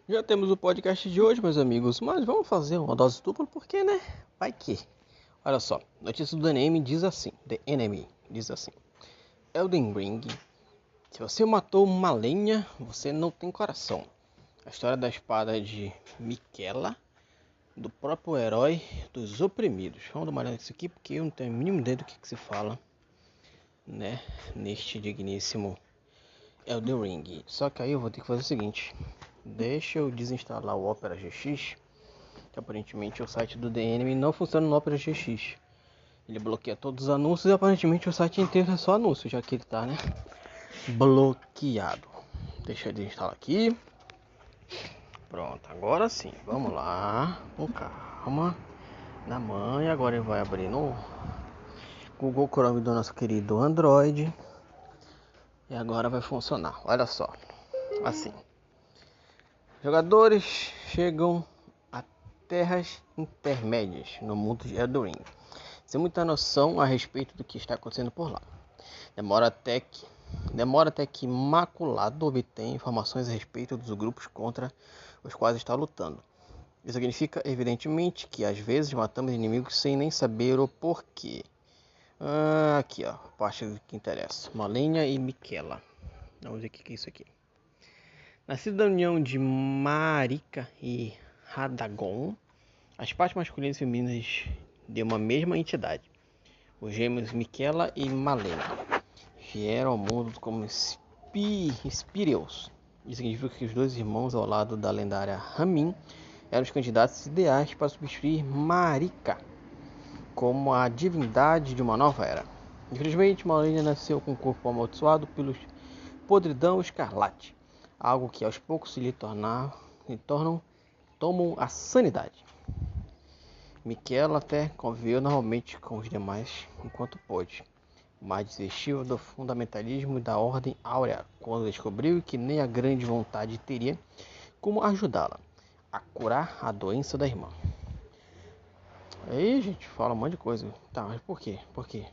Já temos o podcast de hoje, meus amigos, mas vamos fazer uma dose dupla, porque, né? Vai que. Olha só, notícia do Enemy diz assim, The Enemy diz assim: Elden Ring, se você matou uma lenha, você não tem coração. A história da espada de Miquela, do próprio herói dos oprimidos. Vamos dar uma olhada nisso aqui, porque eu não tenho o mínimo ideia do que se fala, né? Neste digníssimo Elden Ring. Só que aí eu vou ter que fazer o seguinte: deixa eu desinstalar o Opera GX, que aparentemente o site do DNM não funciona no Opera GX. Ele bloqueia todos os anúncios e aparentemente o site inteiro é só anúncio, já que ele tá, né, bloqueado. Deixa eu desinstalar aqui. Pronto, agora sim, vamos lá, com calma, na manha. Agora ele vai abrir no Google Chrome do nosso querido Android. E agora vai funcionar, olha só, assim. Jogadores chegam a terras intermédias no mundo de Elden Ring, sem muita noção a respeito do que está acontecendo por lá. Demora até que Imaculado obtenha informações a respeito dos grupos contra os quais está lutando. Isso significa, evidentemente, que às vezes matamos inimigos sem nem saber o porquê. Aqui, ó, a parte que interessa. Malenia e Miquela. Vamos ver o que é isso aqui. Nascido da união de Marika e Radagon, as partes masculinas e femininas de uma mesma entidade, os gêmeos Miquela e Malenia, vieram ao mundo como Spíreos. Isso significa que os dois irmãos, ao lado da lendária Ramin, eram os candidatos ideais para substituir Marika como a divindade de uma nova era. Infelizmente, Malenia nasceu com um corpo amaldiçoado pelos podridão escarlate, algo que aos poucos tomam a sanidade. Miquela até conviveu normalmente com os demais enquanto pôde, mas desistiu do fundamentalismo da Ordem Áurea quando descobriu que nem a grande vontade teria como ajudá-la a curar a doença da irmã. Aí, gente, fala um monte de coisa. Tá, mas por quê? Por quê?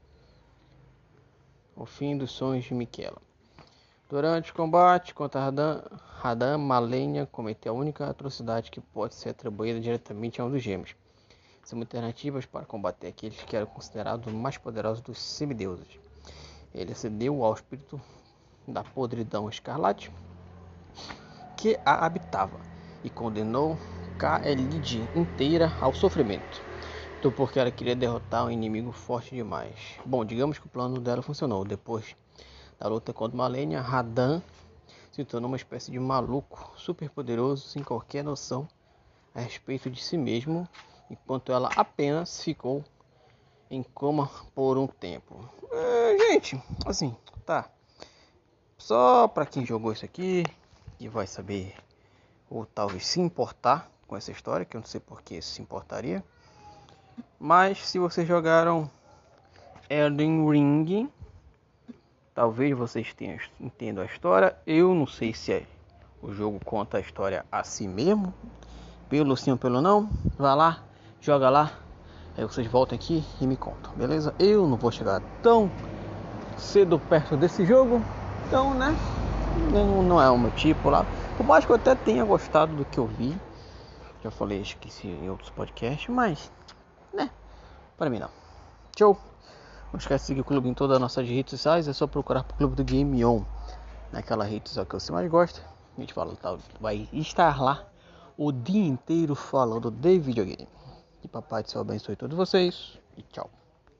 O fim dos sonhos de Miquela. Durante o combate contra Radan, Malenia cometeu a única atrocidade que pode ser atribuída diretamente a um dos gêmeos. São alternativas para combater aqueles que eram considerados os mais poderosos dos semideuses. Ele cedeu ao espírito da podridão escarlate que a habitava e condenou Caelid inteira ao sofrimento. Tudo porque ela queria derrotar um inimigo forte demais. Bom, digamos que o plano dela funcionou. Depois da luta contra Malenia, Radan se tornou uma espécie de maluco super poderoso sem qualquer noção a respeito de si mesmo, enquanto ela apenas ficou em coma por um tempo. Gente, assim, tá. Só pra quem jogou isso aqui e vai saber, ou talvez se importar com essa história, que eu não sei por que se importaria. Mas se vocês jogaram Elden Ring, talvez vocês entendam a história. Eu não sei se o jogo conta a história a si mesmo, pelo sim ou pelo não. Vai lá, joga lá, aí vocês voltam aqui e me contam, beleza? Eu não vou chegar tão cedo perto desse jogo, então, né, não é o meu tipo lá. Por mais que eu até tenha gostado do que eu vi, já falei, esqueci em outros podcasts, mas, né, para mim não. Show! Não esquece de seguir o clube em todas as nossas redes sociais, é só procurar pro Clube do Game On, naquela rede social que você mais gosta. A gente fala, tá, vai estar lá o dia inteiro falando de videogame. Que papai do céu abençoe todos vocês e tchau.